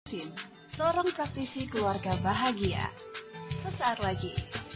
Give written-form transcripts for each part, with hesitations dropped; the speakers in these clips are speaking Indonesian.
Seorang praktisi keluarga bahagia. Sesaat lagi.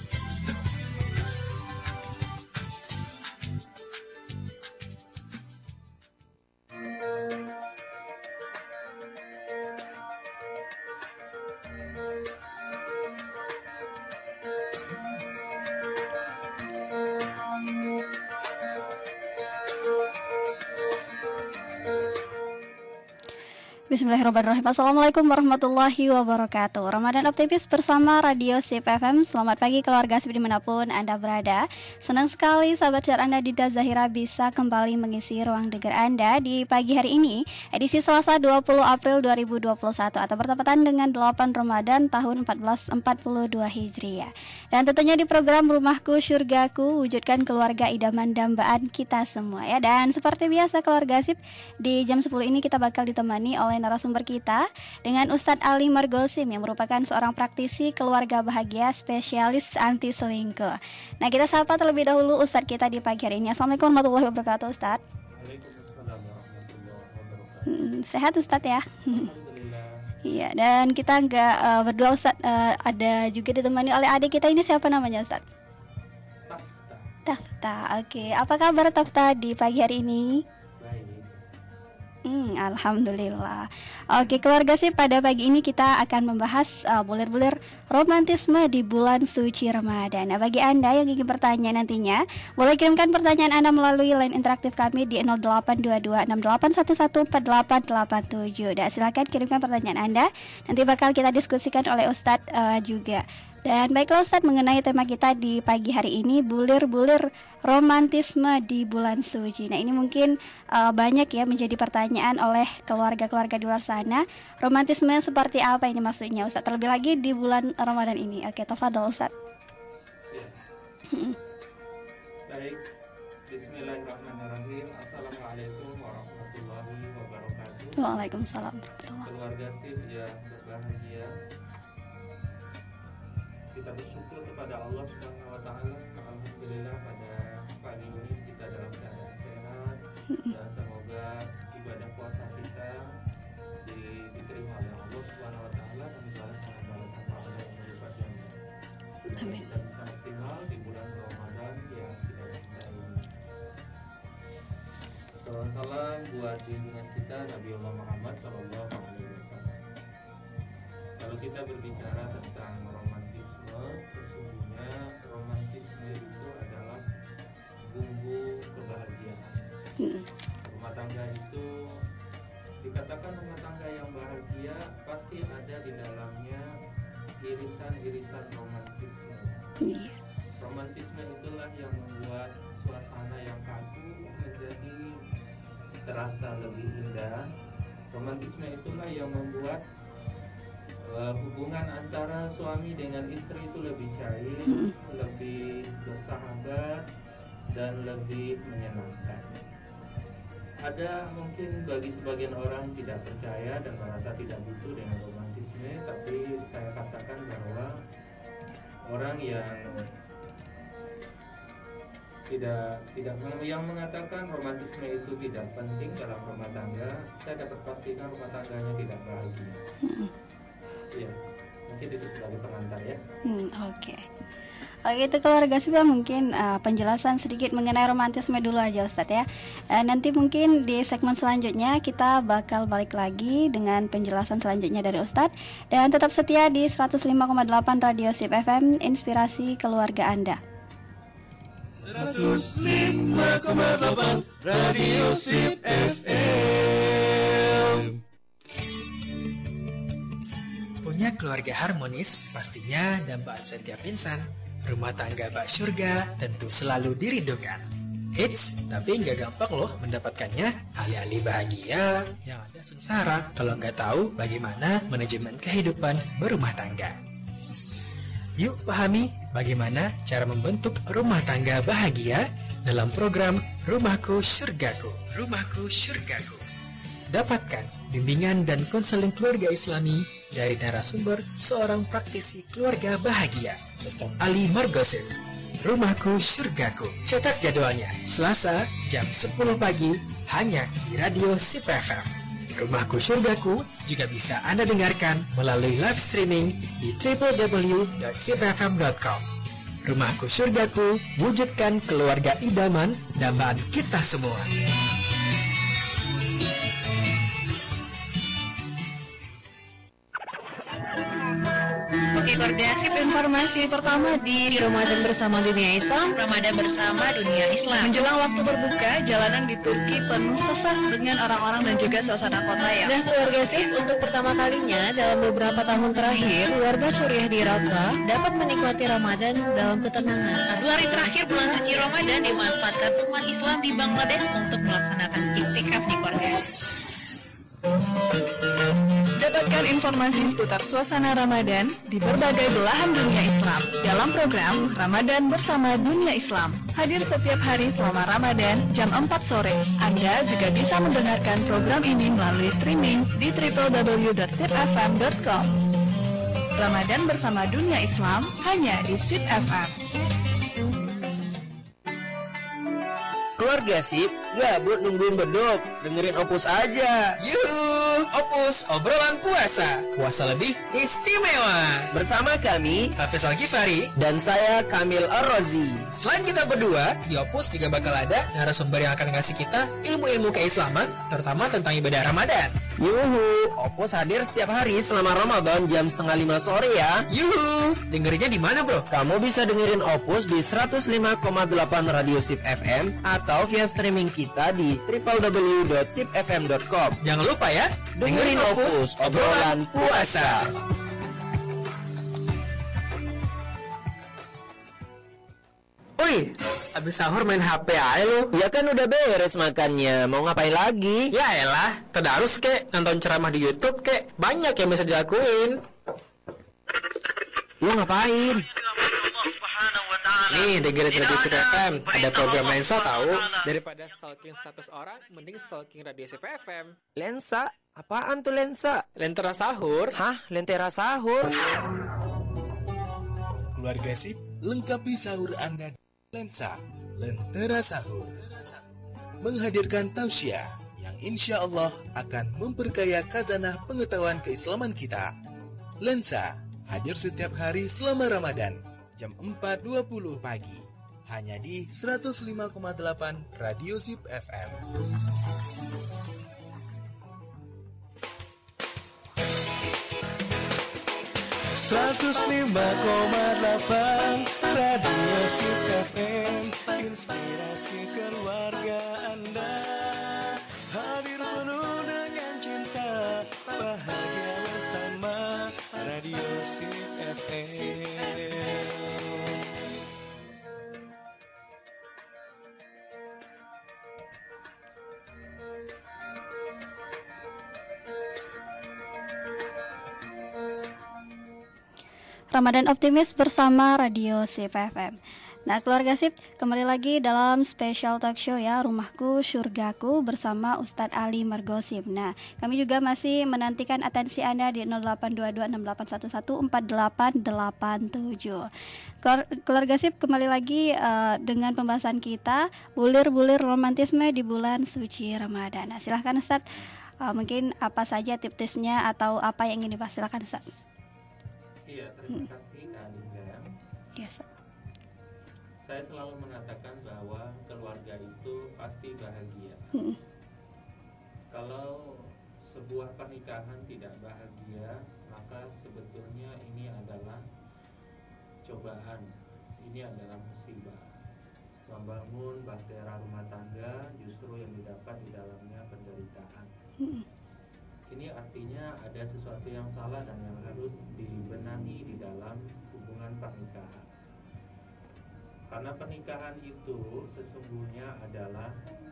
Bismillahirrahmanirrahim. Assalamualaikum warahmatullahi wabarakatuh. Ramadan Optimis bersama Radio SIP FM. Selamat pagi keluarga SIP dimanapun Anda berada. Senang sekali sahabat share Anda Dida Zahira bisa kembali mengisi ruang dengar Anda di pagi hari ini, edisi Selasa 20 April 2021 atau bertepatan dengan 8 Ramadan tahun 1442 Hijriah. Dan tentunya di program Rumahku Syurgaku, wujudkan keluarga idaman dambaan kita semua ya. Dan seperti biasa keluarga SIP, di jam 10 ini kita bakal ditemani oleh narasumber kita dengan Ustadz Ali Margosim yang merupakan seorang praktisi keluarga bahagia spesialis anti selingkuh. Nah, kita sapa terlebih dahulu Ustadz kita di pagi hari ini. Assalamualaikum warahmatullahi wabarakatuh Ustadz. Waalaikumsalam warahmatullahi wabarakatuh. Sehat Ustadz ya? Alhamdulillah. Iya, dan kita nggak berdua Ustadz, ada juga ditemani oleh adik kita ini, siapa namanya Ustadz? Tafta. Oke, apa kabar Tafta di pagi hari ini? Alhamdulillah. Oke keluarga sih, pada pagi ini kita akan membahas bulir-bulir romantisme di bulan suci Ramadan. Nah, bagi Anda yang ingin bertanya nantinya, boleh kirimkan pertanyaan Anda melalui line interaktif kami di 082268114887. Dan silakan kirimkan pertanyaan Anda, nanti bakal kita diskusikan oleh Ustadz juga. Dan baiklah Ustadz, mengenai tema kita di pagi hari ini, bulir-bulir romantisme di bulan suci. Nah, ini mungkin banyak ya menjadi pertanyaan oleh keluarga-keluarga di luar sana. Romantisme seperti apa ini maksudnya Ustadz? Terlebih lagi di bulan Ramadan ini. Oke, tafadhol Ustadz. Ya. Baik. Bismillahirrahmanirrahim. Assalamualaikum warahmatullahi wabarakatuh. Waalaikumsalam warahmatullahi. Keluarga SIP yang berbahagia, kita bersyukur kepada Allah Subhanahu wa taala. Alhamdulillah pada pagi ini kita dalam keadaan sehat dan semoga ibadah puasa kita diterima oleh Allah Subhanahu wa taala dan dibalas dengan balasan pahala yang berlipat ganda. Amin. Kita bisa optimal di bulan Ramadan yang kita cintai ini. Salam buat junjungan kita Nabiullah Muhammad sallallahu alaihi wasallam. Kalau kita berbicara tentang romantisme, sesungguhnya romantisme itu adalah bumbu kebahagiaan. Rumah tangga itu dikatakan rumah tangga yang bahagia pasti ada di dalamnya irisan-irisan romantisme. Romantisme itulah yang membuat suasana yang kaku menjadi terasa lebih indah. Romantisme itulah yang membuat hubungan antara suami dengan istri itu lebih cair, lebih bersahabat, dan lebih menyenangkan. Ada mungkin bagi sebagian orang tidak percaya dan merasa tidak butuh dengan romantisme, tapi saya katakan bahwa orang yang yang mengatakan romantisme itu tidak penting dalam rumah tangga, saya dapat pastikan rumah tangganya tidak bahagia. Iya, mungkin itu sebagai pengantar ya. Oke, itu keluarga SIP mungkin penjelasan sedikit mengenai romantisme dulu aja Ustadz ya. Nanti mungkin di segmen selanjutnya kita bakal balik lagi dengan penjelasan selanjutnya dari Ustadz. Dan tetap setia di 105,8 Radio SIP FM, inspirasi keluarga Anda. 105,8 Radio SIP FM. Punya keluarga harmonis, pastinya dambaan setiap insan. Rumah tangga bak surga tentu selalu dirindukan. Eits, tapi nggak gampang loh mendapatkannya. Alih-alih bahagia, yang ada sengsara kalau nggak tahu bagaimana manajemen kehidupan berumah tangga. Yuk pahami bagaimana cara membentuk rumah tangga bahagia dalam program Rumahku Syurgaku. Rumahku Syurgaku. Dapatkan bimbingan dan konseling keluarga Islami dari narasumber seorang praktisi keluarga bahagia, Ustadz Ali Margosim. Rumahku Syurgaku. Catat jadwalnya, Selasa jam 10 pagi hanya di Radio SIP FM. Rumahku Surgaku juga bisa Anda dengarkan melalui live streaming di www.sipfm.com. Rumahku Surgaku, wujudkan keluarga idaman dambaan kita semua. Oke, keluarga sip, informasi pertama di Ramadan bersama Dunia Islam. Ramadan bersama Dunia Islam. Menjelang waktu berbuka, jalanan di Turki penuh sesak dengan orang-orang dan juga suasana kota ya. Dan keluarga sip, untuk pertama kalinya dalam beberapa tahun terakhir, warga Suriah di Raqqa dapat menikmati Ramadan dalam ketenangan. Nah, 2 hari terakhir bulan suci Ramadan dimanfaatkan umat Islam di Bangladesh untuk melaksanakan iktikaf nih keluarga. Dapatkan informasi seputar suasana Ramadan di berbagai belahan dunia Islam dalam program Ramadan bersama Dunia Islam. Hadir setiap hari selama Ramadan jam 4 sore. Anda juga bisa mendengarkan program ini melalui streaming di www.sipfm.com. Ramadan bersama Dunia Islam hanya di Sip FM. Keluarga Sip, gabut nungguin beduk, dengerin Opus aja. Yuhu, Opus, obrolan puasa. Puasa lebih istimewa. Bersama kami, Hafiz Al-Ghifari dan saya Kamil Ar-Razi. Selain kita berdua, di Opus juga bakal ada narasumber yang akan ngasih kita ilmu-ilmu keislaman, terutama tentang ibadah Ramadan. Yuhu, Opus hadir setiap hari selama Ramadan jam 4:30 sore ya. Yuhu, dengerinnya di mana bro? Kamu bisa dengerin Opus di 105,8 Radio Sip FM atau via streaming kita di www.sipfm.com. Jangan lupa ya, Dengerin Opus, obrolan puasa. Wih, abis sahur main HP aja lu. Ya kan udah beres makannya, mau ngapain lagi? Ya elah, tadarus kek, nonton ceramah di YouTube kek, banyak yang bisa dilakuin. Lu ngapain? Nih, dengerin Radio Sip FM, ada program lensa tahu. Daripada stalking status orang, mending stalking Radio Sip FM. Lensa? Apaan tuh lensa? Lentera sahur. Hah? Lentera sahur? Keluarga Sip, lengkapi sahur Anda. Lensa, Lentera Sahur, menghadirkan tausiah yang insya Allah akan memperkaya khazanah pengetahuan keislaman kita. Lensa, hadir setiap hari selama Ramadan, jam 4.20 pagi, hanya di 105,8 Radio Sip FM. Radio Sip FM, inspirasi keluarga Anda. Hadir penuh dengan cinta, bahagia bersama Radio Sip FM. Ramadan Optimis bersama Radio Sip FM. Nah, keluarga Sip, kembali lagi dalam special talk show ya, Rumahku Surgaku bersama Ustadz Ali Margosip. Nah, kami juga masih menantikan atensi Anda di 082268114887. Keluarga Sip, kembali lagi dengan pembahasan kita bulir-bulir romantisme di bulan suci Ramadan. Nah, silahkan Ustadz, mungkin apa saja tips-tipsnya atau apa yang ingin dibahas, silahkan Ustadz. Iya, terima kasih Kak Linda. Yes. Saya selalu mengatakan bahwa keluarga itu pasti bahagia. Kalau sebuah pernikahan tidak bahagia, maka sebetulnya ini adalah cobaan, ini adalah musibah. Membangun bahtera rumah tangga justru yang didapat di dalamnya penderitaan. Ini artinya ada sesuatu yang salah dan yang harus dibenahi di dalam hubungan pernikahan. Karena pernikahan itu sesungguhnya adalah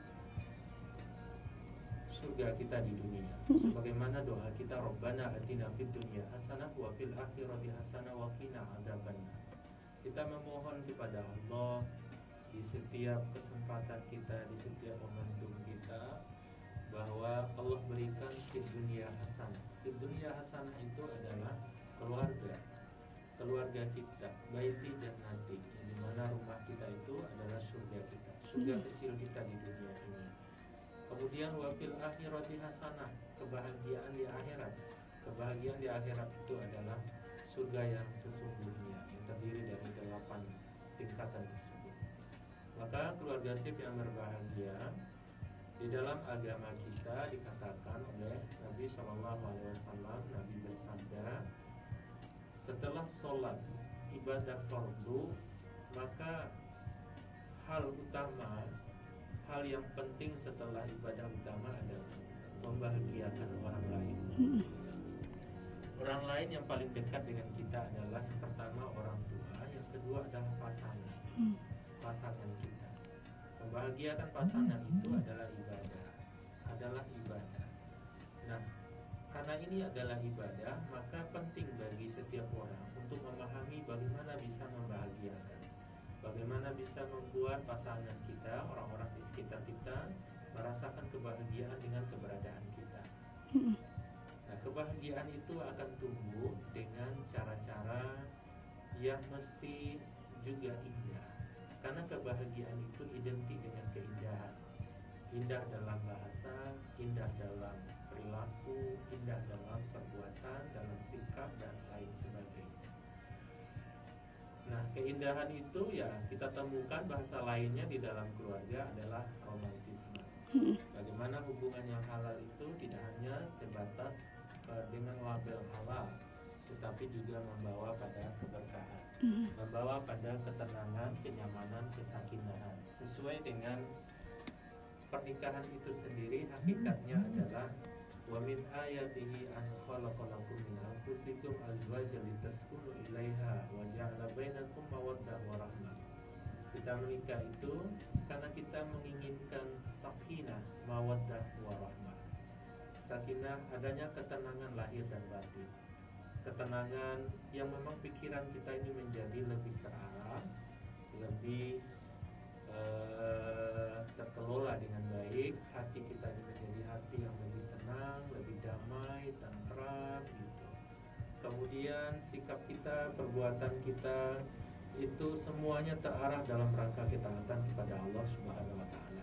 surga kita di dunia. Sebagaimana doa kita, Rabbana atina fid dunya hasanah wa fil akhirati hasanah wa qina adzabannar. Kita memohon kepada Allah di setiap kesempatan kita, di setiap momentum kita, bahwa Allah berikan fid dunya hasanah. Fid dunya hasanah itu adalah keluarga kita, baiti jannati, di mana rumah kita itu adalah surga kita, surga kecil kita di dunia ini. Kemudian wa fil akhirati hasanah, kebahagiaan di akhirat. Kebahagiaan di akhirat itu adalah surga yang sesungguhnya, yang terdiri dari 8 tingkatan tersebut. Maka keluarga SIP yang berbahagia, di dalam agama kita dikatakan oleh Nabi SAW, Nabi bersabda, setelah sholat ibadah fardu, maka hal utama, hal yang penting setelah ibadah utama adalah membahagiakan orang lain. Orang lain yang paling dekat dengan kita adalah yang pertama orang tua, yang kedua adalah pasangan kita. Membahagiakan pasangan itu adalah ibadah. Nah, karena ini adalah ibadah, maka penting bagi setiap orang untuk memahami bagaimana bisa membahagiakan, bagaimana bisa membuat pasangan kita, orang-orang di sekitar kita merasakan kebahagiaan dengan keberadaan kita. Nah, kebahagiaan itu akan tumbuh dengan cara-cara yang mesti juga indah. Karena kebahagiaan itu identik dengan keindahan. Indah dalam bahasa, indah dalam perilaku, indah dalam perbuatan, dalam sikap, dan lain sebagainya. Nah, keindahan itu ya kita temukan bahasa lainnya di dalam keluarga adalah romantisme. Bagaimana hubungan yang halal itu tidak hanya sebatas dengan label halal, tetapi juga membawa pada keberkahan, membawa pada ketenangan, kenyamanan, kesakinahan. Sesuai dengan pernikahan itu sendiri, hakikatnya adalah wa min ayatihi an khalaqalakum min anfusikum azwajan litaskunu ilaiha wa ja'ala bainakum mawaddah wa rahmah. Kita menikah itu karena kita menginginkan sakinah, mawaddah wa rahmah. Sakinah adanya ketenangan lahir dan batin. Ketenangan yang memang pikiran kita ini menjadi lebih terarah, lebih terkelola dengan baik, hati kita ini menjadi hati yang lebih tenang, lebih damai, tentram gitu. Kemudian sikap kita, perbuatan kita itu semuanya terarah dalam rangka ketaatan kepada Allah Subhanahu wa taala.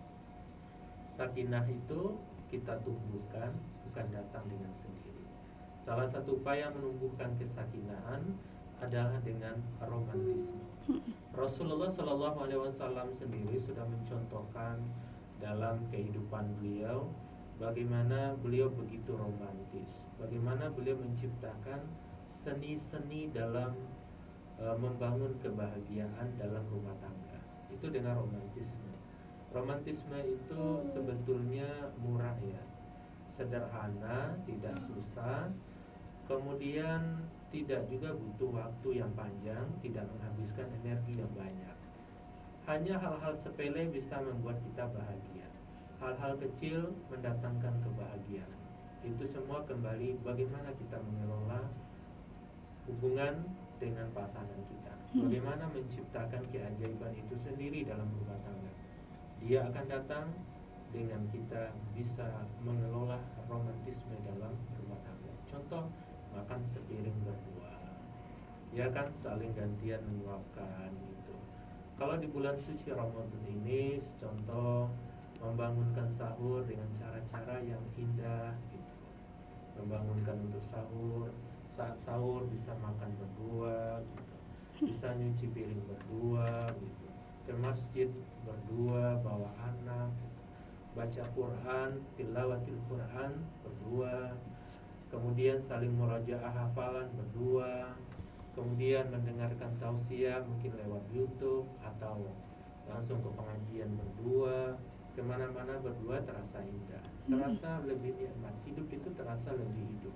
Sakinah itu kita tumbuhkan, bukan datang dengan sendiri. Salah satu upaya menumbuhkan kesakinahan adalah dengan romantisme. Rasulullah SAW sendiri sudah mencontohkan dalam kehidupan beliau bagaimana beliau begitu romantis, bagaimana beliau menciptakan seni-seni dalam membangun kebahagiaan dalam rumah tangga. Itu dengan romantisme. Romantisme itu sebetulnya murah ya, sederhana, tidak susah, kemudian tidak juga butuh waktu yang panjang, tidak menghabiskan energi yang banyak. Hanya hal-hal sepele bisa membuat kita bahagia. Hal-hal kecil mendatangkan kebahagiaan. Itu semua kembali bagaimana kita mengelola hubungan dengan pasangan kita. Bagaimana menciptakan keajaiban itu sendiri dalam rumah tangga. Dia akan datang dengan kita bisa mengelola romantisme dalam rumah tangga. Contoh, makan sepiring berdua, ya kan, saling gantian menyuapkan gitu. Kalau di bulan suci Ramadan ini, contoh membangunkan sahur dengan cara-cara yang indah gitu. Membangunkan untuk sahur, saat sahur bisa makan berdua gitu. Bisa nyuci piring berdua gitu. Ke masjid berdua, bawa anak gitu. Baca Quran, tilawatil Quran berdua. Kemudian saling murajaah hafalan berdua. Kemudian mendengarkan tausiah mungkin lewat YouTube atau langsung ke pengajian berdua. Kemana-mana berdua terasa indah, terasa lebih nikmat. Hidup itu terasa lebih hidup.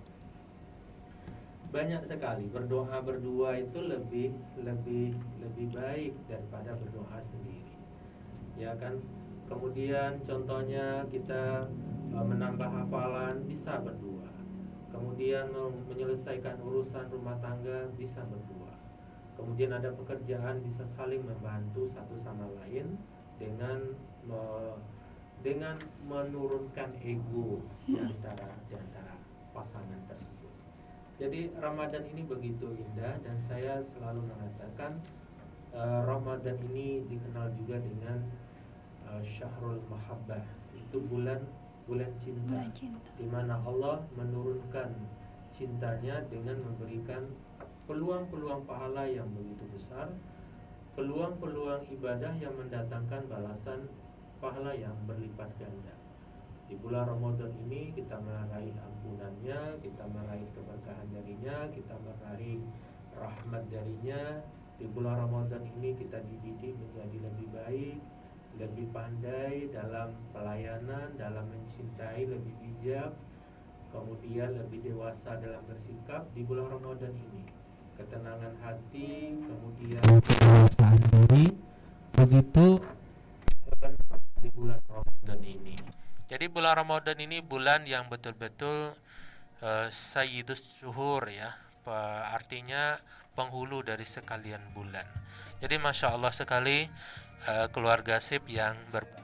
Banyak sekali berdoa berdua itu lebih baik daripada berdoa sendiri, ya kan. Kemudian contohnya kita menambah hafalan bisa berdua. Kemudian menyelesaikan urusan rumah tangga bisa berdua. Kemudian ada pekerjaan bisa saling membantu satu sama lain dengan menurunkan ego di antara pasangan tersebut. Jadi Ramadan ini begitu indah, dan saya selalu mengatakan Ramadan ini dikenal juga dengan Syahrul Mahabbah. Itu bulan bulan cinta, di mana Allah menurunkan cintanya dengan memberikan peluang-peluang pahala yang begitu besar, peluang-peluang ibadah yang mendatangkan balasan pahala yang berlipat ganda. Di bulan Ramadan ini kita meraih ampunannya, kita meraih keberkahan darinya, kita meraih rahmat darinya. Di bulan Ramadan ini kita dididik menjadi lebih baik, lebih pandai dalam pelayanan, dalam mencintai, lebih bijak, kemudian lebih dewasa dalam bersikap di bulan Ramadan ini. Ketenangan hati, kemudian kedewasaan diri, begitu di bulan Ramadan ini. Jadi bulan Ramadan ini bulan yang betul-betul sayyidus syuhur ya, artinya penghulu dari sekalian bulan. Jadi Masya Allah sekali keluarga SIP yang berbahagia.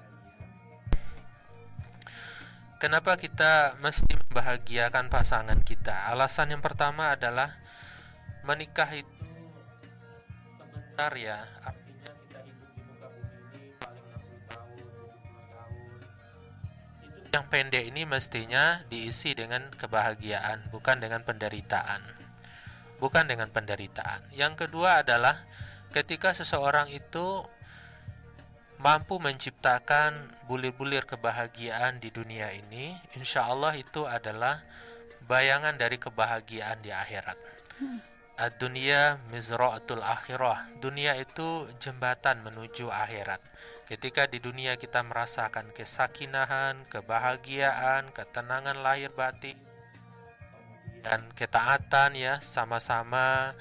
Kenapa kita mesti membahagiakan pasangan kita? Alasan yang pertama adalah menikah itu sebentar ya, artinya kita hidup di muka bumi ini paling 60 tahun, 70 tahun. Hidup yang pendek ini mestinya diisi dengan kebahagiaan, bukan dengan penderitaan. Bukan dengan penderitaan. Yang kedua adalah ketika seseorang itu mampu menciptakan bulir-bulir kebahagiaan di dunia ini, insya Allah itu adalah bayangan dari kebahagiaan di akhirat. Ad-dunya mizra'atul akhirah. Dunia itu jembatan menuju akhirat. Ketika di dunia kita merasakan kesakinahan, kebahagiaan, ketenangan lahir batin, dan ketaatan ya, sama-sama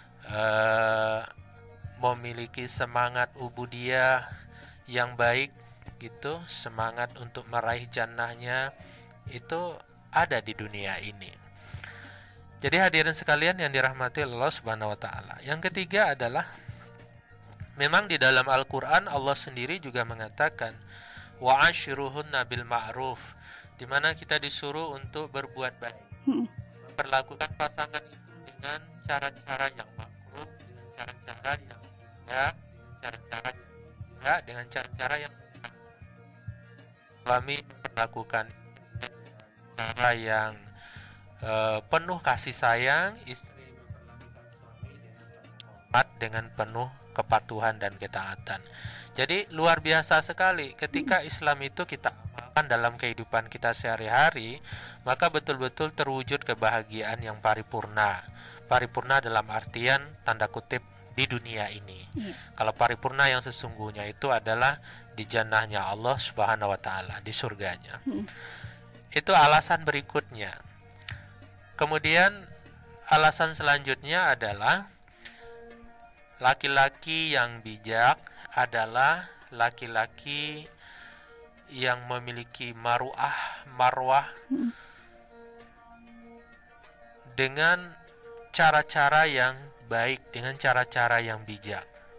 memiliki semangat ubudiyah yang baik gitu, semangat untuk meraih jannahnya itu ada di dunia ini. Jadi hadirin sekalian yang dirahmati Allah Subhanahu wa taala. Yang ketiga adalah memang di dalam Al-Qur'an Allah sendiri juga mengatakan wa ashiruhunna bil ma'ruf, di mana kita disuruh untuk berbuat baik. Memperlakukan pasangan itu dengan cara-cara yang makruh, dengan cara-cara yang bijak, dengan cara-cara yang suami memperlakukan cara yang penuh kasih sayang, istri memperlakukan suami dengan penuh hormat, dengan penuh kepatuhan dan ketaatan. Jadi luar biasa sekali ketika Islam itu kita amalkan dalam kehidupan kita sehari-hari, maka betul-betul terwujud kebahagiaan yang paripurna. Paripurna dalam artian tanda kutip di dunia ini. Kalau paripurna yang sesungguhnya itu adalah di jannahnya Allah Subhanahu wa taala, di surganya. Itu alasan berikutnya. Kemudian alasan selanjutnya adalah laki-laki yang bijak adalah laki-laki yang memiliki marwah dengan cara-cara yang baik, dengan cara-cara yang bijak.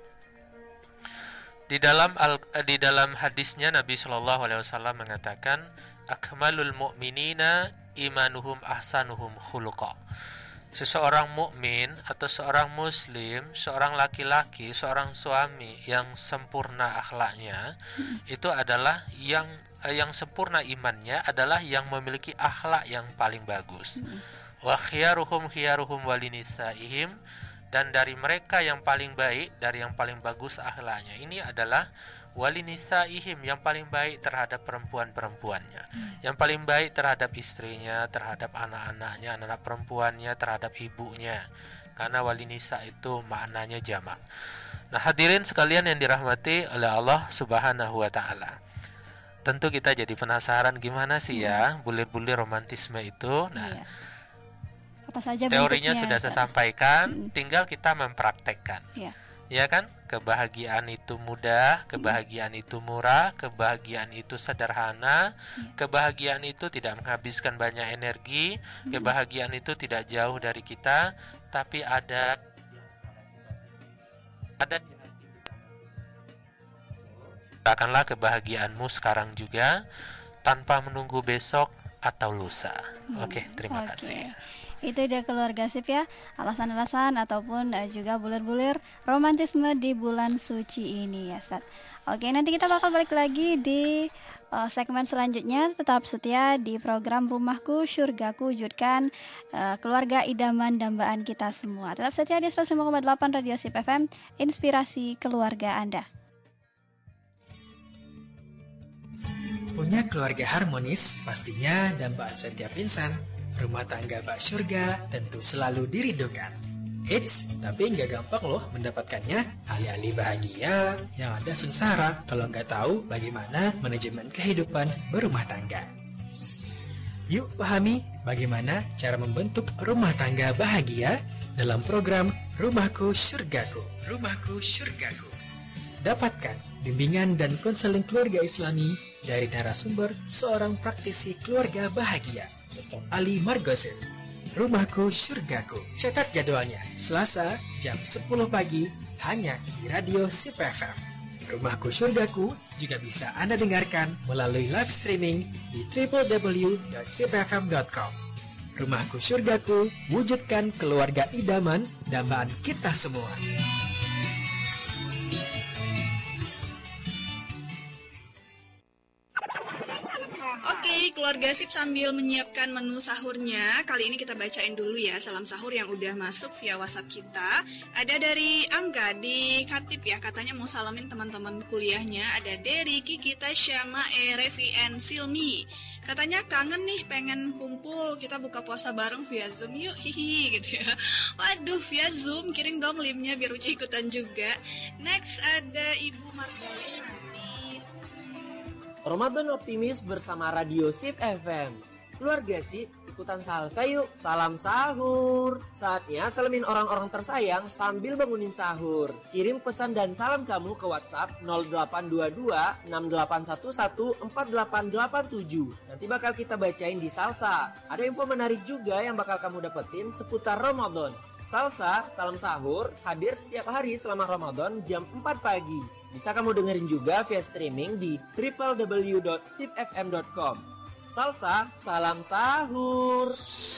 Di dalam hadisnya Nabi Shallallahu Alaihi Wasallam mengatakan, akmalul mu'minina imanuhum ahsanuhum khuluqa. Seseorang mukmin atau seorang muslim, seorang laki-laki, seorang suami yang sempurna akhlaknya, itu adalah yang sempurna imannya adalah yang memiliki akhlak yang paling bagus. Wa khiyaruhum walinisaihim, dan dari mereka yang paling baik, dari yang paling bagus akhlaknya ini adalah walinisaihim, yang paling baik terhadap perempuan-perempuannya, yang paling baik terhadap istrinya, terhadap anak-anaknya, anak perempuannya, terhadap ibunya. Karena walinisa itu maknanya jamak. Nah, hadirin sekalian yang dirahmati oleh Allah Subhanahu wa taala. Tentu kita jadi penasaran gimana sih ya bulir-bulir romantisme itu. Nah, apa saja teorinya sudah saya sampaikan, tinggal kita mempraktekkan. Ya kan? Kebahagiaan itu mudah, kebahagiaan itu murah, kebahagiaan itu sederhana, kebahagiaan itu tidak menghabiskan banyak energi, kebahagiaan itu tidak jauh dari kita, tapi ada di hati kita. Ciptakanlah kebahagiaanmu sekarang juga tanpa menunggu besok atau lusa. Oke, terima kasih. Itu dia keluarga sip ya, alasan-alasan ataupun juga bulir-bulir romantisme di bulan suci ini ya Ustaz. Oke, nanti kita bakal balik lagi di segmen selanjutnya. Tetap setia di program Rumahku Syurgaku, wujudkan keluarga idaman dambaan kita semua. Tetap setia di 105,8 Radio Sip FM, inspirasi keluarga Anda. Punya keluarga harmonis pastinya dambaan setiap insan. Rumah tangga bak syurga tentu selalu dirindukan. Eits, tapi nggak gampang loh mendapatkannya. Alih-alih bahagia, yang ada sengsara kalau nggak tahu bagaimana manajemen kehidupan berumah tangga. Yuk pahami bagaimana cara membentuk rumah tangga bahagia dalam program Rumahku Syurgaku. Rumahku Syurgaku. Dapatkan bimbingan dan konseling keluarga Islami dari narasumber seorang praktisi keluarga bahagia, Ustaz Ali Margosin. Rumahku Syurgaku. Catat jadwalnya, Selasa jam 10 pagi hanya di Radio Sip FM. Rumahku Syurgaku juga bisa Anda dengarkan melalui live streaming di www.sipfm.com. Rumahku Syurgaku, wujudkan keluarga idaman dambaan kita semua. Oke, keluarga Sip sambil menyiapkan menu sahurnya, kali ini kita bacain dulu ya salam sahur yang udah masuk via WhatsApp kita. Ada dari Angga di Katip ya, katanya mau salamin teman-teman kuliahnya. Ada Derry, Kiki, Tasya, Mae, Revi, and Silmi. Katanya kangen nih, pengen kumpul, kita buka puasa bareng via Zoom yuk, hihi gitu ya. Waduh, via Zoom, kirim dong linknya biar Uci ikutan juga. Next ada Ibu Margalina. Ramadan optimis bersama Radio Sip FM. Keluarga Sip, ikutan salsa yuk. Salam sahur. Saatnya salamin orang-orang tersayang sambil bangunin sahur. Kirim pesan dan salam kamu ke WhatsApp 0822 6811 4887. Nanti bakal kita bacain di salsa. Ada info menarik juga yang bakal kamu dapetin seputar Ramadan. Salsa, salam sahur, hadir setiap hari selama Ramadan jam 4 pagi. Bisa kamu dengerin juga via streaming di www.sipfm.com. Salsa, salam sahur.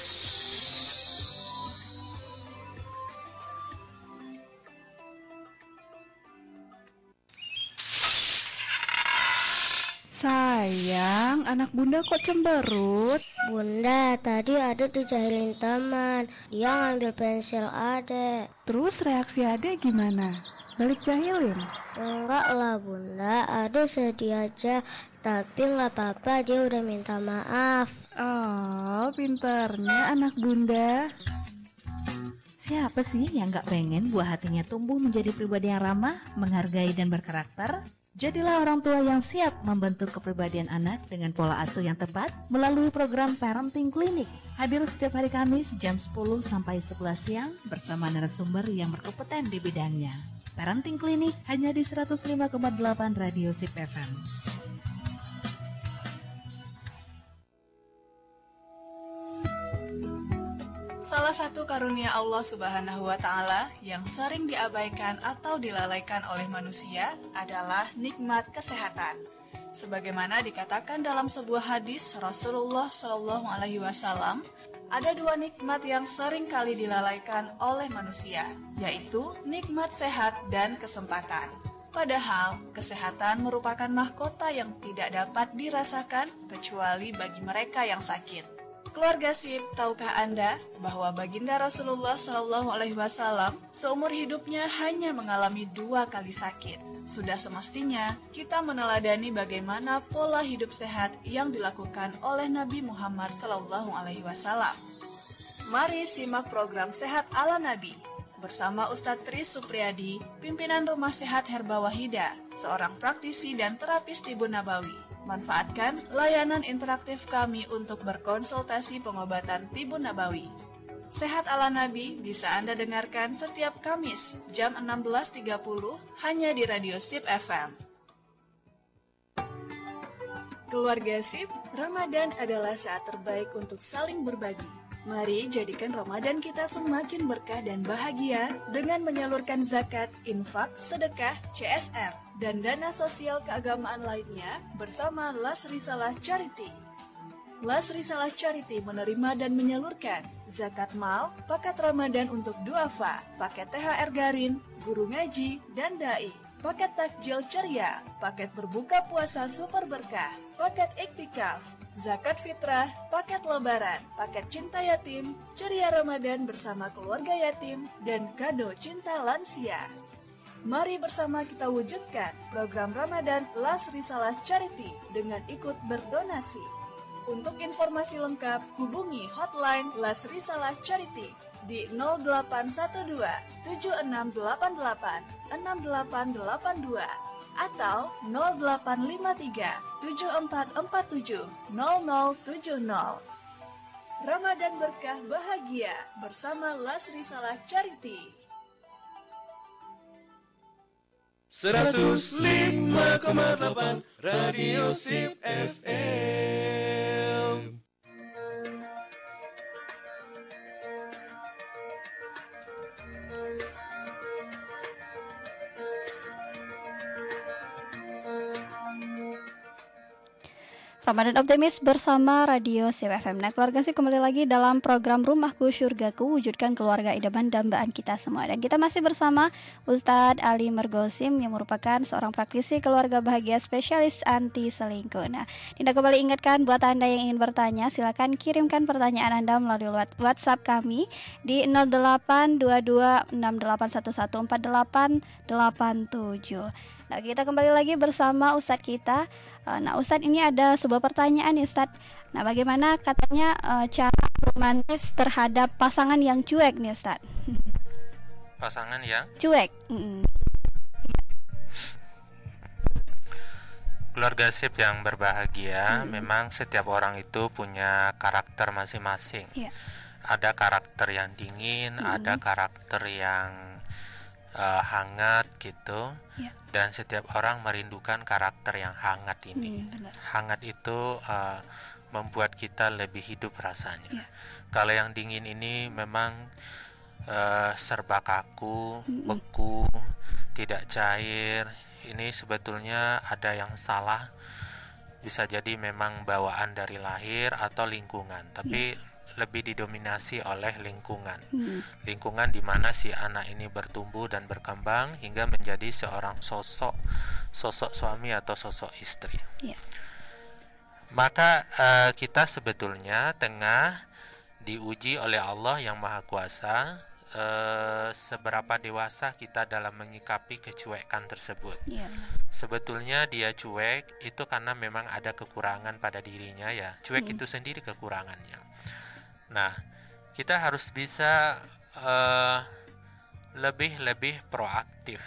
Sayang, anak bunda kok cemberut? Bunda, tadi Adek dijahilin teman. Dia ngambil pensil Adek. Terus reaksi Adek gimana? Balik jahilin? Enggak lah bunda, Adek sedih aja. Tapi nggak apa-apa, dia udah minta maaf. Oh, pintarnya anak bunda. Siapa sih yang gak pengen buah hatinya tumbuh menjadi pribadi yang ramah, menghargai dan berkarakter? Jadilah orang tua yang siap membentuk kepribadian anak dengan pola asuh yang tepat melalui program Parenting Clinic. Hadir setiap hari Kamis jam 10 sampai 11 siang bersama narasumber yang berkompeten di bidangnya. Parenting Clinic hanya di 105,8 Radio Sip FM. Salah satu karunia Allah Subhanahu wa Ta'ala yang sering diabaikan atau dilalaikan oleh manusia adalah nikmat kesehatan. Sebagaimana dikatakan dalam sebuah hadis Rasulullah Shallallahu Alaihi Wasallam, ada dua nikmat yang sering kali dilalaikan oleh manusia, yaitu nikmat sehat dan kesempatan. Padahal, kesehatan merupakan mahkota yang tidak dapat dirasakan kecuali bagi mereka yang sakit. Keluarga Sip, tahukah Anda bahwa baginda Rasulullah Shallallahu Alaihi Wasallam seumur hidupnya hanya mengalami 2 kali sakit? Sudah semestinya kita meneladani bagaimana pola hidup sehat yang dilakukan oleh Nabi Muhammad Shallallahu Alaihi Wasallam. Mari simak program Sehat ala Nabi bersama Ustadz Tris Supriyadi, pimpinan Rumah Sehat Herba Wahida, seorang praktisi dan terapis Tibun Nabawi. Manfaatkan layanan interaktif kami untuk berkonsultasi pengobatan Tibun Nabawi. Sehat ala Nabi bisa Anda dengarkan setiap Kamis jam 16.30 hanya di Radio Sip FM. Keluarga Sip, Ramadan adalah saat terbaik untuk saling berbagi. Mari jadikan Ramadan kita semakin berkah dan bahagia dengan menyalurkan zakat, infak, sedekah, CSR, dan dana sosial keagamaan lainnya bersama Las Risalah Charity. Las Risalah Charity menerima dan menyalurkan zakat mal, paket Ramadan untuk duafa, paket THR Garin, guru ngaji, dan dai, paket takjil ceria, paket berbuka puasa super berkah, paket iktikaf, zakat fitrah, paket lebaran, paket cinta yatim, ceria Ramadan bersama keluarga yatim, dan kado cinta lansia. Mari bersama kita wujudkan program Ramadan Las Risalah Charity dengan ikut berdonasi. Untuk informasi lengkap, hubungi hotline Las Risalah Charity di 0812 7688 6882 atau 0853 7447 0070. Ramadan berkah bahagia bersama Las Risalah Charity. 105,8 Radio Sip FM. Ramadan Optimis bersama Radio Sip FM. Nah, keluarga sih kembali lagi dalam program Rumahku Syurgaku, wujudkan keluarga idaman dambaan kita semua. Dan kita masih bersama Ustadz Ali Mergosim yang merupakan seorang praktisi keluarga bahagia spesialis anti selingkuh. Nah, Dinda kembali ingatkan buat Anda yang ingin bertanya, silakan kirimkan pertanyaan Anda melalui WhatsApp kami di 082268114887. Nah, kita kembali lagi bersama Ustadz kita. Nah, Ustadz, ini ada sebuah pertanyaan nih, Ustadz. Nah, bagaimana katanya cara romantis terhadap pasangan yang cuek nih, Ustadz? Pasangan yang cuek. Keluarga Sip yang berbahagia, memang setiap orang itu punya karakter masing-masing. Ada karakter yang dingin, ada karakter yang hangat gitu, dan setiap orang merindukan karakter yang hangat ini. Hangat itu membuat kita lebih hidup rasanya. Kalau yang dingin ini memang serba kaku, beku, tidak cair. Ini sebetulnya ada yang salah. Bisa jadi memang bawaan dari lahir atau lingkungan, tapi lebih didominasi oleh lingkungan. Lingkungan di mana si anak ini bertumbuh dan berkembang hingga menjadi seorang sosok suami atau sosok istri. Maka kita sebetulnya tengah diuji oleh Allah yang Maha Kuasa, seberapa dewasa kita dalam menyikapi kecuekan tersebut. Sebetulnya dia cuek itu karena memang ada kekurangan pada dirinya ya. Cuek itu sendiri kekurangannya. Nah, kita harus bisa lebih proaktif.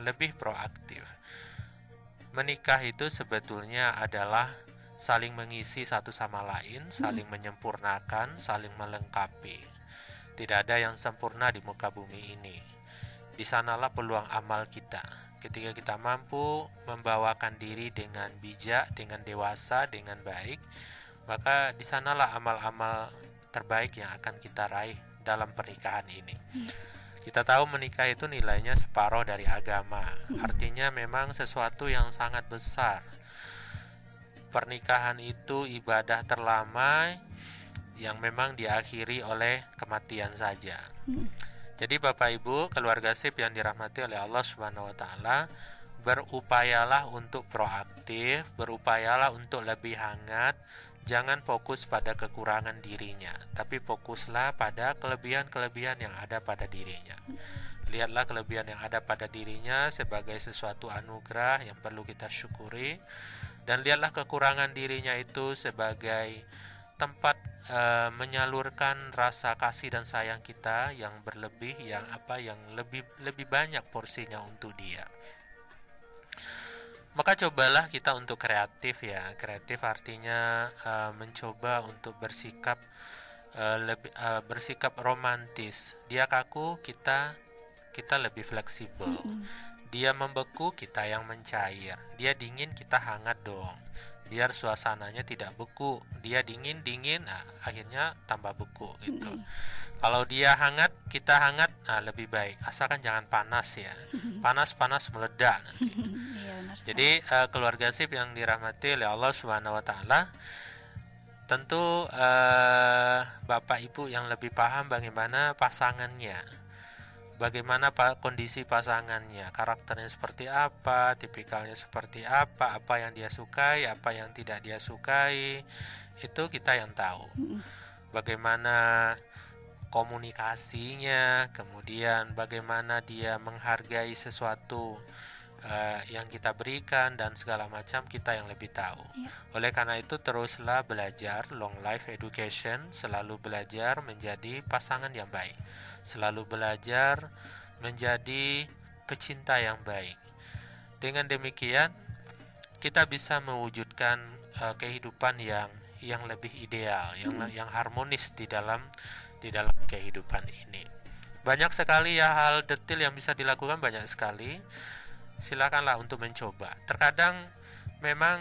Menikah itu sebetulnya adalah saling mengisi satu sama lain, saling menyempurnakan, saling melengkapi. Tidak ada yang sempurna di muka bumi ini. Di sanalah peluang amal kita. Ketika kita mampu membawakan diri dengan bijak, dengan dewasa, dengan baik, maka di sanalah amal-amal terbaik yang akan kita raih dalam pernikahan ini. Kita tahu menikah itu nilainya separuh dari agama. Artinya memang sesuatu yang sangat besar. Pernikahan itu ibadah terlama yang memang diakhiri oleh kematian saja. Jadi Bapak Ibu, keluarga Sip yang dirahmati oleh Allah Subhanahu wa taala, berupayalah untuk proaktif, berupayalah untuk lebih hangat. Jangan fokus pada kekurangan dirinya, tapi fokuslah pada kelebihan-kelebihan yang ada pada dirinya. Lihatlah kelebihan yang ada pada dirinya sebagai sesuatu anugerah yang perlu kita syukuri, dan lihatlah kekurangan dirinya itu sebagai tempat menyalurkan rasa kasih dan sayang kita yang berlebih, yang lebih banyak porsinya untuk dia. Maka cobalah kita untuk kreatif ya. Kreatif artinya mencoba untuk bersikap romantis. Dia kaku, kita lebih fleksibel. Dia membeku, kita yang mencair. Dia dingin, kita hangat dong. Biar suasananya tidak beku. Dia dingin, akhirnya tambah beku gitu. Kalau dia hangat, kita hangat, lebih baik. Asalkan jangan panas ya. Panas meledak nanti. Jadi keluarga Sip yang dirahmati oleh Allah Subhanahu wa taala, Tentu Bapak Ibu yang lebih paham bagaimana pasangannya, bagaimana kondisi pasangannya, karakternya seperti apa, tipikalnya seperti apa yang dia sukai, apa yang tidak dia sukai, itu kita yang tahu. Bagaimana komunikasinya, kemudian bagaimana dia menghargai sesuatu yang kita berikan dan segala macam, kita yang lebih tahu. Oleh karena itu teruslah belajar, long life education, selalu belajar menjadi pasangan yang baik, selalu belajar menjadi pecinta yang baik. Dengan demikian kita bisa mewujudkan kehidupan yang lebih ideal, yang harmonis di dalam kehidupan ini. Banyak sekali ya hal detail yang bisa dilakukan, banyak sekali. Silakanlah untuk mencoba. Terkadang memang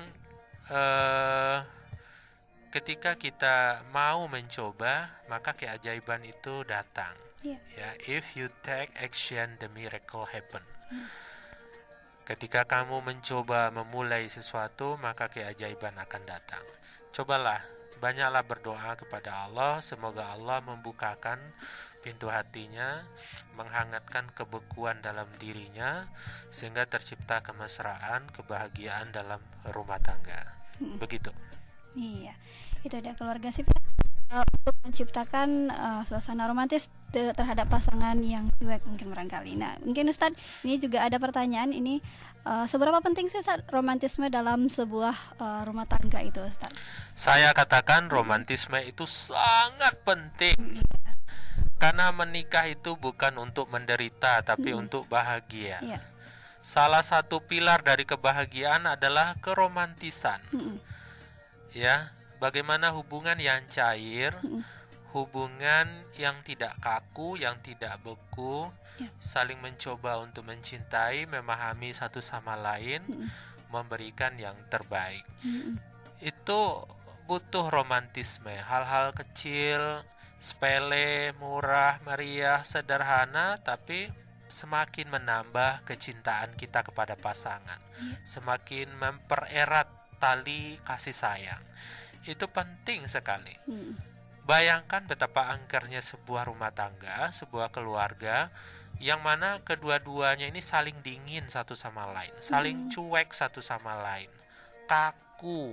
ketika kita mau mencoba, maka keajaiban itu datang. Ya, if you take action, the miracle happen. Ketika kamu mencoba memulai sesuatu, maka keajaiban akan datang. Cobalah, banyaklah berdoa kepada Allah, semoga Allah membukakan pintu hatinya, menghangatkan kebekuan dalam dirinya, sehingga tercipta kemesraan, kebahagiaan dalam rumah tangga. Begitu. Iya, itu ada keluarga sih untuk menciptakan suasana romantis terhadap pasangan yang cuek mungkin barangkali. Nah, mungkin Ustadz, ini juga ada pertanyaan ini, seberapa penting sih Ustadz romantisme dalam sebuah rumah tangga itu, Ustadz? Saya katakan romantisme itu sangat penting. Karena menikah itu bukan untuk menderita, tapi untuk bahagia. Salah satu pilar dari kebahagiaan adalah keromantisan. Ya, bagaimana hubungan yang cair, hubungan yang tidak kaku, yang tidak beku, saling mencoba untuk mencintai, memahami satu sama lain, memberikan yang terbaik. Itu butuh romantisme, hal-hal kecil, sepele, murah, meriah, sederhana, tapi semakin menambah kecintaan kita kepada pasangan, semakin mempererat tali kasih sayang. Itu penting sekali. Bayangkan betapa angkernya sebuah rumah tangga, sebuah keluarga, yang mana kedua-duanya ini saling dingin satu sama lain, saling cuek satu sama lain, kaku,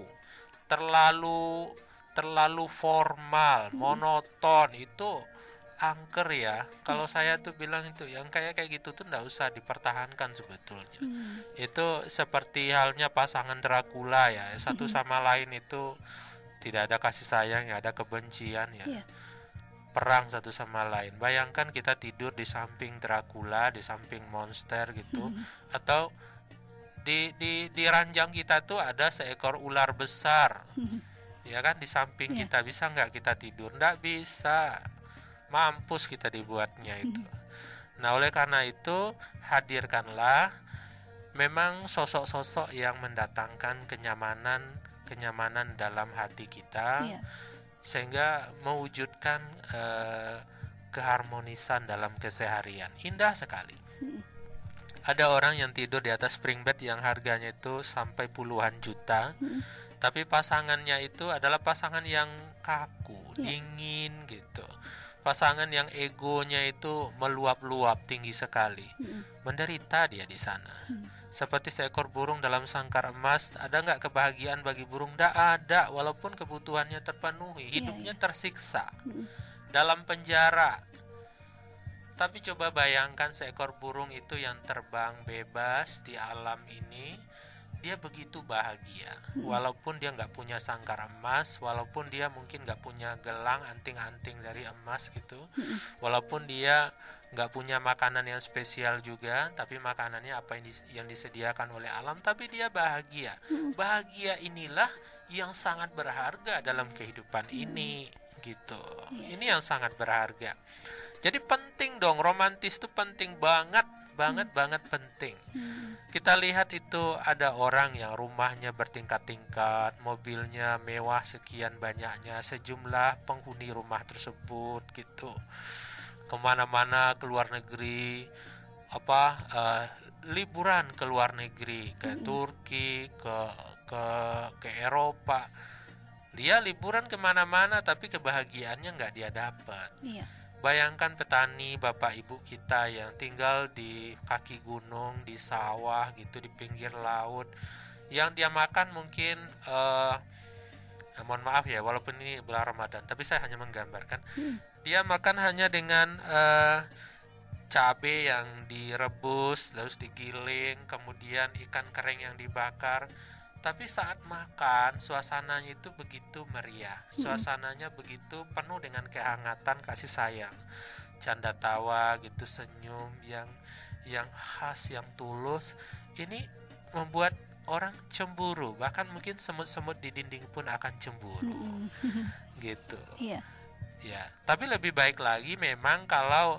terlalu formal, monoton. Itu angker ya. Kalau saya tuh bilang itu yang kayak gitu tuh enggak usah dipertahankan sebetulnya. Itu seperti halnya pasangan Dracula ya, satu sama lain itu tidak ada kasih sayang, ya ada kebencian ya. Perang satu sama lain. Bayangkan kita tidur di samping Dracula, di samping monster gitu, atau di ranjang kita tuh ada seekor ular besar. Ya kan, di samping kita, bisa nggak kita tidur? Nggak bisa, mampus kita dibuatnya itu. Nah, oleh karena itu hadirkanlah memang sosok-sosok yang mendatangkan kenyamanan dalam hati kita, sehingga mewujudkan keharmonisan dalam keseharian. Indah sekali. Ada orang yang tidur di atas spring bed yang harganya itu sampai puluhan juta. Tapi pasangannya itu adalah pasangan yang kaku, dingin gitu. Pasangan yang egonya itu meluap-luap tinggi sekali. Menderita dia di sana. Seperti seekor burung dalam sangkar emas. Ada nggak kebahagiaan bagi burung? Nggak ada, walaupun kebutuhannya terpenuhi. Hidupnya tersiksa dalam penjara. Tapi coba bayangkan seekor burung itu yang terbang bebas di alam ini. Dia begitu bahagia, walaupun dia nggak punya sangkar emas, walaupun dia mungkin nggak punya gelang, anting-anting dari emas gitu, walaupun dia nggak punya makanan yang spesial juga, tapi makanannya apa yang disediakan oleh alam, tapi dia bahagia. Bahagia inilah yang sangat berharga dalam kehidupan ini, gitu. Ini yang sangat berharga. Jadi penting dong, romantis itu penting banget penting. Kita lihat itu ada orang yang rumahnya bertingkat-tingkat, mobilnya mewah sekian banyaknya, sejumlah penghuni rumah tersebut gitu. Kemana-mana ke luar negeri, liburan ke luar negeri, ke Turki, ke Eropa. Dia liburan kemana-mana tapi kebahagiaannya nggak dia dapat. Iya. Bayangkan petani bapak ibu kita yang tinggal di kaki gunung, di sawah gitu, di pinggir laut, yang dia makan mungkin mohon maaf ya, walaupun ini bulan Ramadan, tapi saya hanya menggambarkan. Dia makan hanya dengan cabai yang direbus, terus digiling, kemudian ikan kering yang dibakar. Tapi saat makan, suasananya itu begitu meriah, suasananya begitu penuh dengan kehangatan kasih sayang, canda tawa gitu, senyum yang khas, yang tulus. Ini membuat orang cemburu, bahkan mungkin semut-semut di dinding pun akan cemburu, gitu. Iya. Ya, tapi lebih baik lagi memang kalau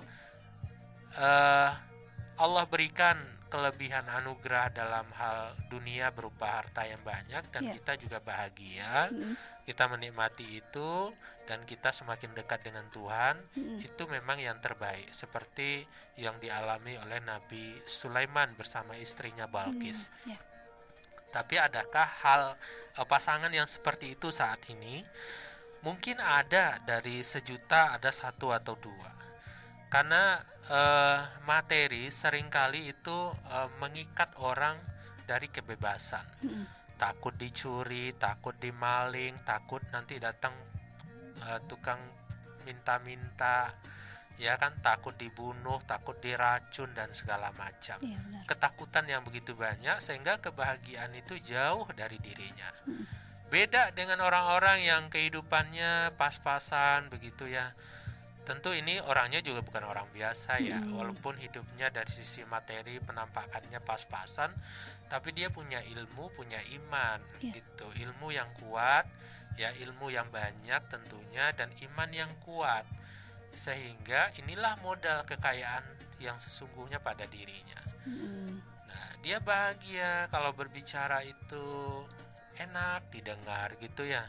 Allah berikan kelebihan anugerah dalam hal dunia berupa harta yang banyak dan kita juga bahagia, kita menikmati itu dan kita semakin dekat dengan Tuhan, itu memang yang terbaik, seperti yang dialami oleh Nabi Sulaiman bersama istrinya Balqis. Tapi adakah pasangan yang seperti itu saat ini? Mungkin ada, dari sejuta ada satu atau dua. Karena materi seringkali itu mengikat orang dari kebebasan. Takut dicuri, takut dimaling, takut nanti datang tukang minta-minta, ya kan, takut dibunuh, takut diracun dan segala macam. Ketakutan yang begitu banyak sehingga kebahagiaan itu jauh dari dirinya. Beda dengan orang-orang yang kehidupannya pas-pasan begitu ya. Tentu ini orangnya juga bukan orang biasa ya, walaupun hidupnya dari sisi materi penampakannya pas-pasan, tapi dia punya ilmu, punya iman, gitu. Ilmu yang kuat, ya, ilmu yang banyak tentunya, dan iman yang kuat, sehingga inilah modal kekayaan yang sesungguhnya pada dirinya. Nah, dia bahagia kalau berbicara itu enak didengar gitu ya,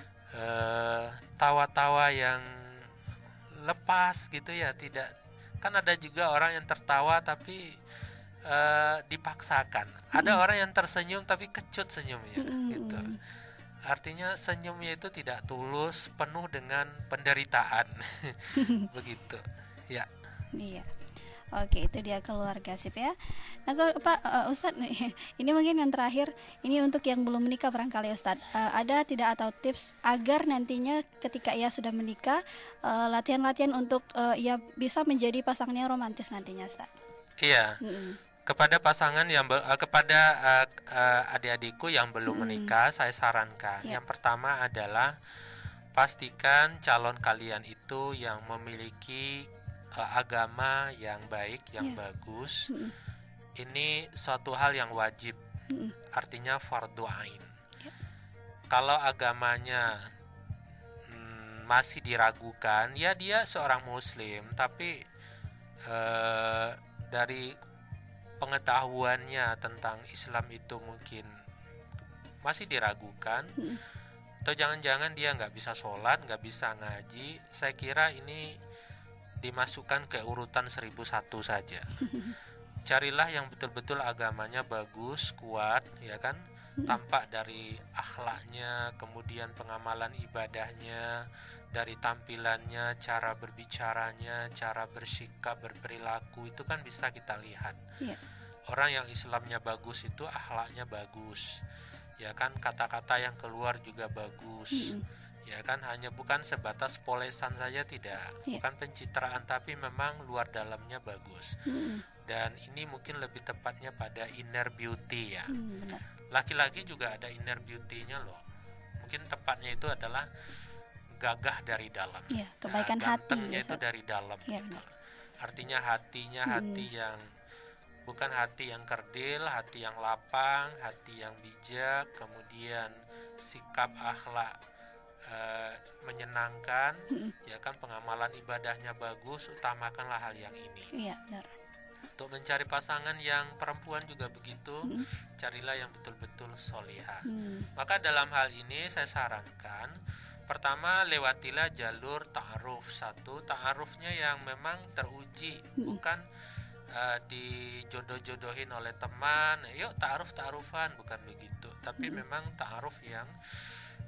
tawa-tawa yang lepas gitu ya, tidak, kan ada juga orang yang tertawa tapi dipaksakan, ada orang yang tersenyum tapi kecut senyumnya gitu, artinya senyumnya itu tidak tulus, penuh dengan penderitaan. Begitu ya. Iya. Oke, itu dia keluarga sip ya. Nah, Pak Ustadz, ini mungkin yang terakhir, ini untuk yang belum menikah barangkali Ustadz, ada tidak atau tips agar nantinya ketika ia sudah menikah, latihan-latihan untuk ia bisa menjadi pasangannya romantis nantinya Ustadz? Iya. Kepada pasangan yang kepada adik-adikku yang belum menikah, saya sarankan yang pertama adalah pastikan calon kalian itu yang memiliki agama yang baik, yang bagus. Ini suatu hal yang wajib, artinya fardhu ain. Kalau agamanya masih diragukan, ya dia seorang muslim, tapi dari pengetahuannya tentang Islam itu mungkin masih diragukan, atau jangan-jangan dia nggak bisa sholat, nggak bisa ngaji, saya kira ini dimasukkan ke urutan 1001 saja. Carilah yang betul-betul agamanya bagus, kuat, ya kan, tampak dari akhlaknya, kemudian pengamalan ibadahnya, dari tampilannya, cara berbicaranya, cara bersikap, berperilaku, itu kan bisa kita lihat. Orang yang Islamnya bagus itu akhlaknya bagus, ya kan, kata-kata yang keluar juga bagus. Ya kan, hanya bukan sebatas polesan saja, tidak, bukan pencitraan, tapi memang luar dalamnya bagus. Dan ini mungkin lebih tepatnya pada inner beauty ya. Laki-laki juga ada inner beauty-nya loh. Mungkin tepatnya itu adalah gagah dari dalam. Kebaikan hati itu dari dalam. Gitu. Artinya hatinya hati yang bukan hati yang kerdil, hati yang lapang, hati yang bijak, kemudian sikap akhlak menyenangkan, ya kan, pengamalan ibadahnya bagus, utamakanlah hal yang ini. Iya, benar. Untuk mencari pasangan yang perempuan juga begitu, carilah yang betul-betul solihah. Maka dalam hal ini saya sarankan, pertama lewatilah jalur ta'aruf. Satu, ta'arufnya yang memang teruji, bukan dijodoh-jodohin oleh teman, yuk ta'aruf-ta'arufan, bukan begitu, tapi memang ta'aruf yang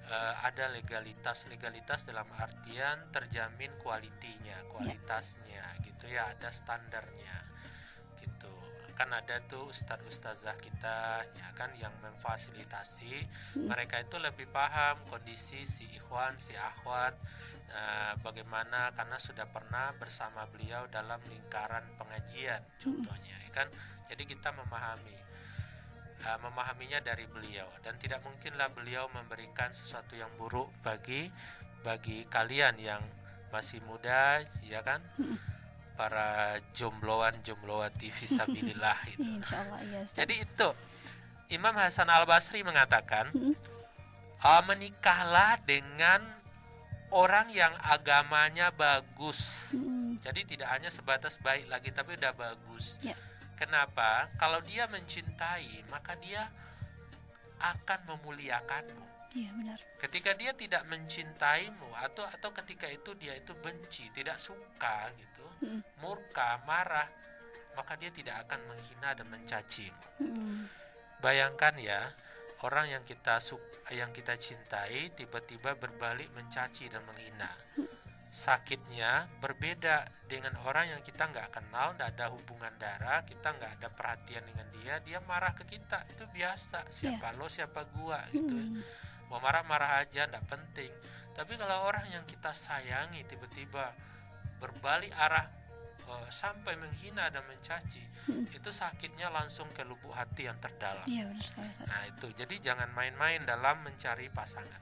ada legalitas dalam artian terjamin kualitasnya gitu ya, ada standarnya gitu. Kan ada tuh ustazah kita ya kan yang memfasilitasi, mereka itu lebih paham kondisi si ikhwan, si akhwat, bagaimana, karena sudah pernah bersama beliau dalam lingkaran pengajian contohnya ya kan. Jadi kita memahaminya dari beliau, dan tidak mungkinlah beliau memberikan sesuatu yang buruk bagi kalian yang masih muda ya kan, para jombloan-jomblowati fisabilillah itu. Insyaallah, ya, jadi itu Imam Hasan Al-Basri mengatakan, menikahlah dengan orang yang agamanya bagus. Jadi tidak hanya sebatas baik lagi, tapi udah bagus. Kenapa? Kalau dia mencintai, maka dia akan memuliakanmu. Iya, benar. Ketika dia tidak mencintaimu atau ketika itu dia itu benci, tidak suka gitu, murka, marah, maka dia tidak akan menghina dan mencacimu. Bayangkan ya, orang yang kita cintai tiba-tiba berbalik mencaci dan menghina. Sakitnya berbeda dengan orang yang kita nggak kenal, nggak ada hubungan darah, kita nggak ada perhatian dengan dia marah ke kita, itu biasa, siapa lo siapa gua gitu. Mau marah-marah aja, nggak penting. Tapi kalau orang yang kita sayangi tiba-tiba berbalik arah sampai menghina dan mencaci, itu sakitnya langsung ke lubuk hati yang terdalam. Iya, benar sekali. Nah itu, jadi jangan main-main dalam mencari pasangan.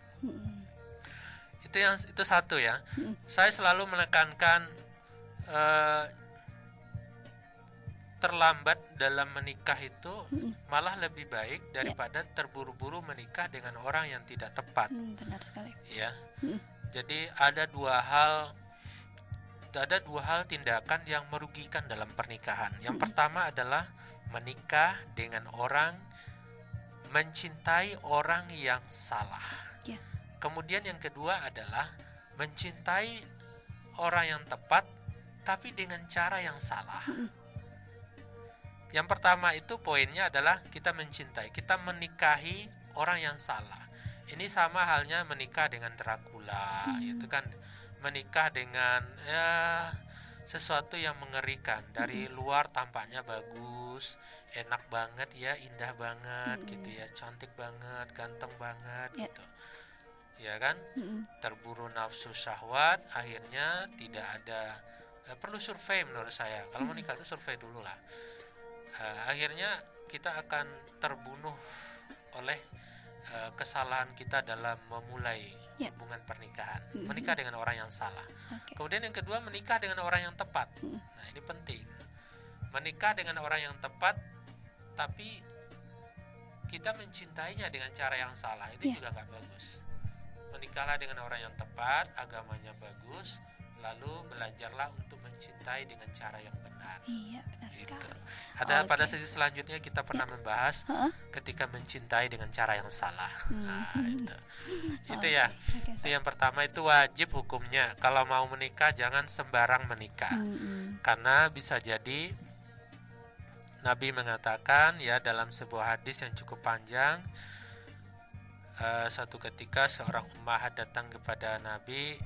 Itu satu ya. Saya selalu menekankan terlambat dalam menikah itu malah lebih baik daripada terburu-buru menikah dengan orang yang tidak tepat. Benar sekali. Ya. Jadi ada dua hal tindakan yang merugikan dalam pernikahan. Yang pertama adalah menikah dengan mencintai orang yang salah. Kemudian yang kedua adalah mencintai orang yang tepat tapi dengan cara yang salah. Yang pertama itu poinnya adalah kita menikahi orang yang salah. Ini sama halnya menikah dengan Dracula, itu kan menikah dengan sesuatu yang mengerikan. Dari luar tampaknya bagus, enak banget ya, indah banget gitu ya, cantik banget, ganteng banget gitu. Ya kan, terburu nafsu syahwat, akhirnya tidak ada, perlu survei menurut saya. Kalau menikah itu survei dulu lah. Akhirnya kita akan terbunuh oleh kesalahan kita dalam memulai hubungan pernikahan. Menikah dengan orang yang salah. Kemudian yang kedua, menikah dengan orang yang tepat. Nah ini penting. Menikah dengan orang yang tepat, tapi kita mencintainya dengan cara yang salah, itu juga gak bagus. Menikahlah dengan orang yang tepat, agamanya bagus, lalu belajarlah untuk mencintai dengan cara yang benar. Iya, benar sekali. Ada pada sesi selanjutnya kita pernah membahas ketika mencintai dengan cara yang salah. Nah, itu ya. Itu yang pertama, itu wajib hukumnya. Kalau mau menikah jangan sembarang menikah. Karena bisa jadi Nabi mengatakan ya dalam sebuah hadis yang cukup panjang, suatu ketika seorang ummahat datang kepada Nabi.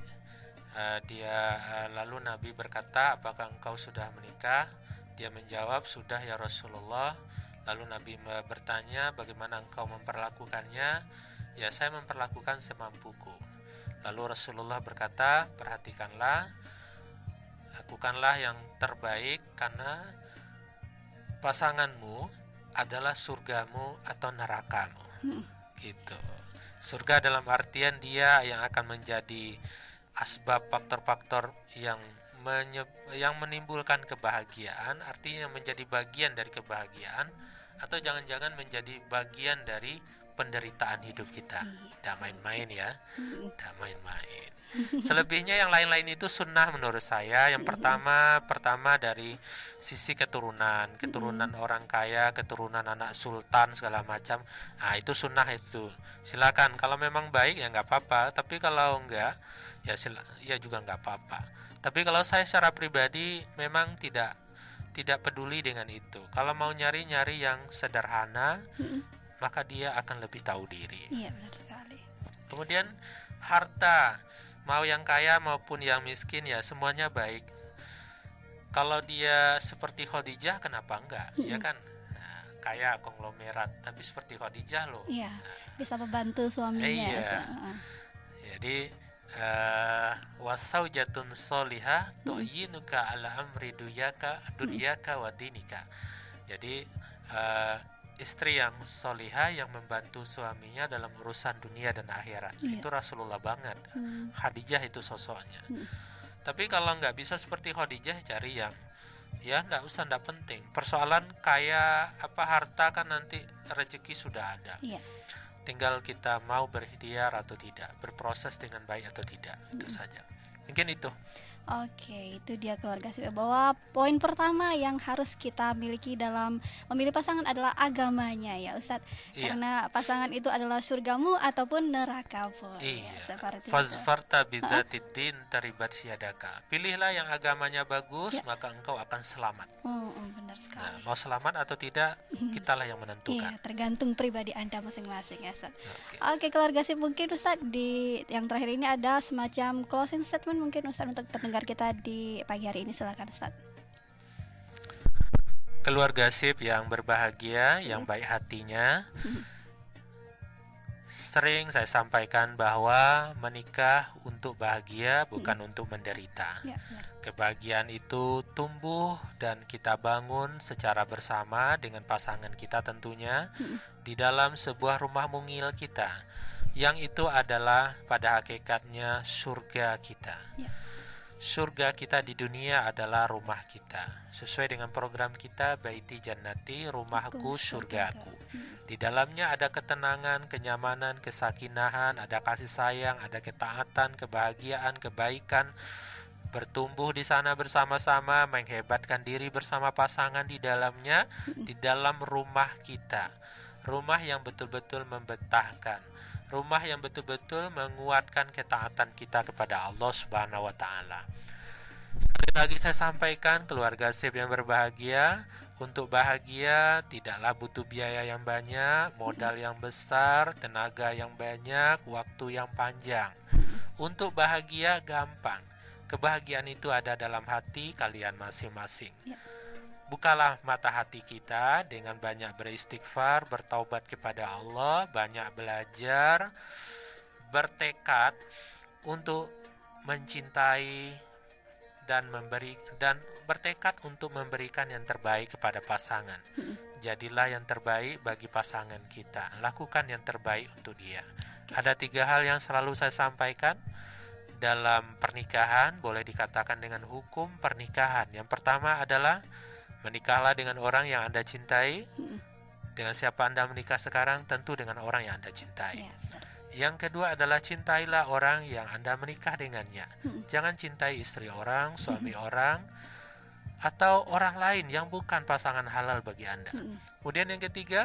Lalu Nabi berkata, apakah engkau sudah menikah? Dia menjawab, sudah ya Rasulullah. Lalu Nabi bertanya, bagaimana engkau memperlakukannya? Ya, saya memperlakukan semampuku. Lalu Rasulullah berkata, perhatikanlah, lakukanlah yang terbaik, karena pasanganmu adalah surgamu atau nerakamu. Gitu. Surga dalam artian dia yang akan menjadi asbab, faktor-faktor yang menimbulkan kebahagiaan, artinya menjadi bagian dari kebahagiaan, atau jangan-jangan menjadi bagian dari penderitaan hidup kita. Tidak main-main ya, tidak main-main. Selebihnya yang lain-lain itu sunnah menurut saya. Yang pertama dari sisi keturunan orang kaya, keturunan anak sultan segala macam. Nah itu sunnah itu. Silakan, kalau memang baik ya nggak apa-apa. Tapi kalau enggak ya juga nggak apa-apa. Tapi kalau saya secara pribadi memang tidak peduli dengan itu. Kalau mau nyari yang sederhana, maka dia akan lebih tahu diri. Iya, benar sekali. Kemudian harta, mau yang kaya maupun yang miskin ya semuanya baik. Kalau dia seperti Khadijah kenapa enggak? Ya kan? Nah, kaya konglomerat tapi seperti Khadijah loh. Iya. Bisa membantu suaminya. Iya. Jadi wasaujatun solihah tu'yinuka ala amri dunyaka wa dinika. Jadi istri yang solihah yang membantu suaminya dalam urusan dunia dan akhirat. Itu Rasulullah banget. Khadijah itu sosoknya. Tapi kalau nggak bisa seperti Khadijah, cari yang ya nggak usah, nggak penting. Persoalan kaya apa harta kan nanti rezeki sudah ada. Tinggal kita mau berikhtiar atau tidak, berproses dengan baik atau tidak, itu saja. Mungkin itu. Oke, itu dia keluarga sip, bahwa poin pertama yang harus kita miliki dalam memilih pasangan adalah agamanya ya Ustadz. Karena pasangan itu adalah surgamu ataupun nerakamu. Ya, seperti Fazfarta bidzatiddin taribat syadaka. Pilihlah yang agamanya bagus, maka engkau akan selamat. Benar sekali. Nah, mau selamat atau tidak, kitalah yang menentukan. Iya, tergantung pribadi Anda masing-masing ya Ustadz. Oke, keluarga sip, mungkin Ustadz di yang terakhir ini ada semacam closing statement mungkin Ustadz untuk pendengar kita di pagi hari ini, silakan Ustaz. Keluarga sip yang berbahagia, yang baik hatinya, sering saya sampaikan bahwa menikah untuk bahagia, bukan untuk menderita. Kebahagiaan itu tumbuh dan kita bangun secara bersama dengan pasangan kita tentunya di dalam sebuah rumah mungil kita, yang itu adalah pada hakikatnya surga kita. Surga kita di dunia adalah rumah kita. Sesuai dengan program kita, Baiti Jannati, rumahku surgaku. Di dalamnya ada ketenangan, kenyamanan, kesakinahan, ada kasih sayang, ada ketaatan, kebahagiaan, kebaikan. Bertumbuh di sana bersama-sama, menghebatkan diri bersama pasangan di dalamnya, di dalam rumah kita. Rumah yang betul-betul membetahkan. Rumah yang betul-betul menguatkan ketaatan kita kepada Allah Subhanahu wa Ta'ala. Sekali lagi saya sampaikan, keluarga sip yang berbahagia, untuk bahagia tidaklah butuh biaya yang banyak, modal yang besar, tenaga yang banyak, waktu yang panjang. Untuk bahagia gampang. Kebahagiaan itu ada dalam hati kalian masing-masing. Bukalah mata hati kita dengan banyak beristighfar, bertaubat kepada Allah, banyak belajar, bertekad untuk mencintai dan bertekad untuk memberikan yang terbaik kepada pasangan. Jadilah yang terbaik bagi pasangan kita. Lakukan yang terbaik untuk dia. Ada 3 hal yang selalu saya sampaikan dalam pernikahan, boleh dikatakan dengan hukum pernikahan. Yang pertama adalah menikahlah dengan orang yang Anda cintai. Dengan siapa Anda menikah sekarang, tentu dengan orang yang Anda cintai. Yang kedua adalah cintailah orang yang Anda menikah dengannya. Jangan cintai istri orang, suami orang, atau orang lain yang bukan pasangan halal bagi Anda. Kemudian yang ketiga,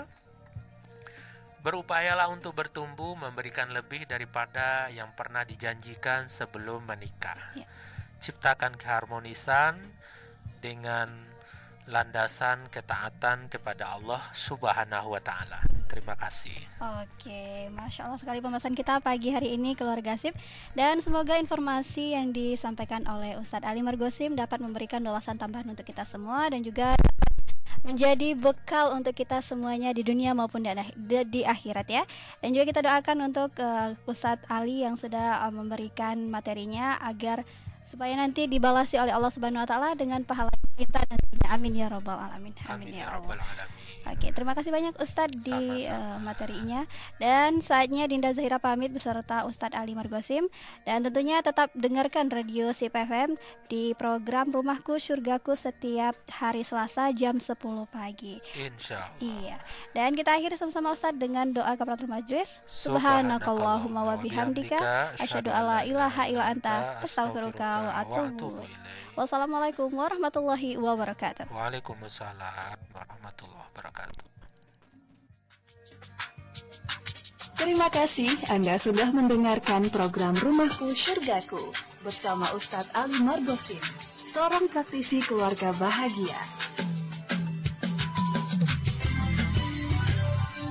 berupayalah untuk bertumbuh, memberikan lebih daripada yang pernah dijanjikan sebelum menikah. Ciptakan keharmonisan dengan landasan ketaatan kepada Allah Subhanahu wa Ta'ala. Terima kasih. Oke, Masya Allah sekali pembahasan kita pagi hari ini keluarga sip. Dan semoga informasi yang disampaikan oleh Ustadz Ali Margosim dapat memberikan wawasan tambahan untuk kita semua, dan juga menjadi bekal untuk kita semuanya di dunia maupun di akhirat ya. Dan juga kita doakan untuk Ustadz Ali yang sudah memberikan materinya agar supaya nanti dibalasi oleh Allah Subhanahu wa Ta'ala dengan pahala kita nantinya. Amin ya rabbal alamin. Amin ya Allah. Oke, terima kasih banyak Ustadz di materinya. Dan saatnya Dinda Zahira pamit beserta Ustadz Ali Margosim. Dan tentunya tetap dengarkan Radio SIP FM di program Rumahku Surgaku setiap hari Selasa jam 10 pagi. Insya Allah. Iya. Dan kita akhiri sama-sama Ustadz dengan doa kafaratul majlis. Subhanakallahumma wa bihamdika asyhadu alla ilaha illa anta astaghfiruka wa atubu ilaik. Wassalamualaikum warahmatullahi wabarakatuh. Waalaikumsalam warahmatullahi wabarakatuh. Terima kasih Anda sudah mendengarkan program Rumahku Surgaku bersama Ustadz Ali Margosim, seorang praktisi keluarga bahagia.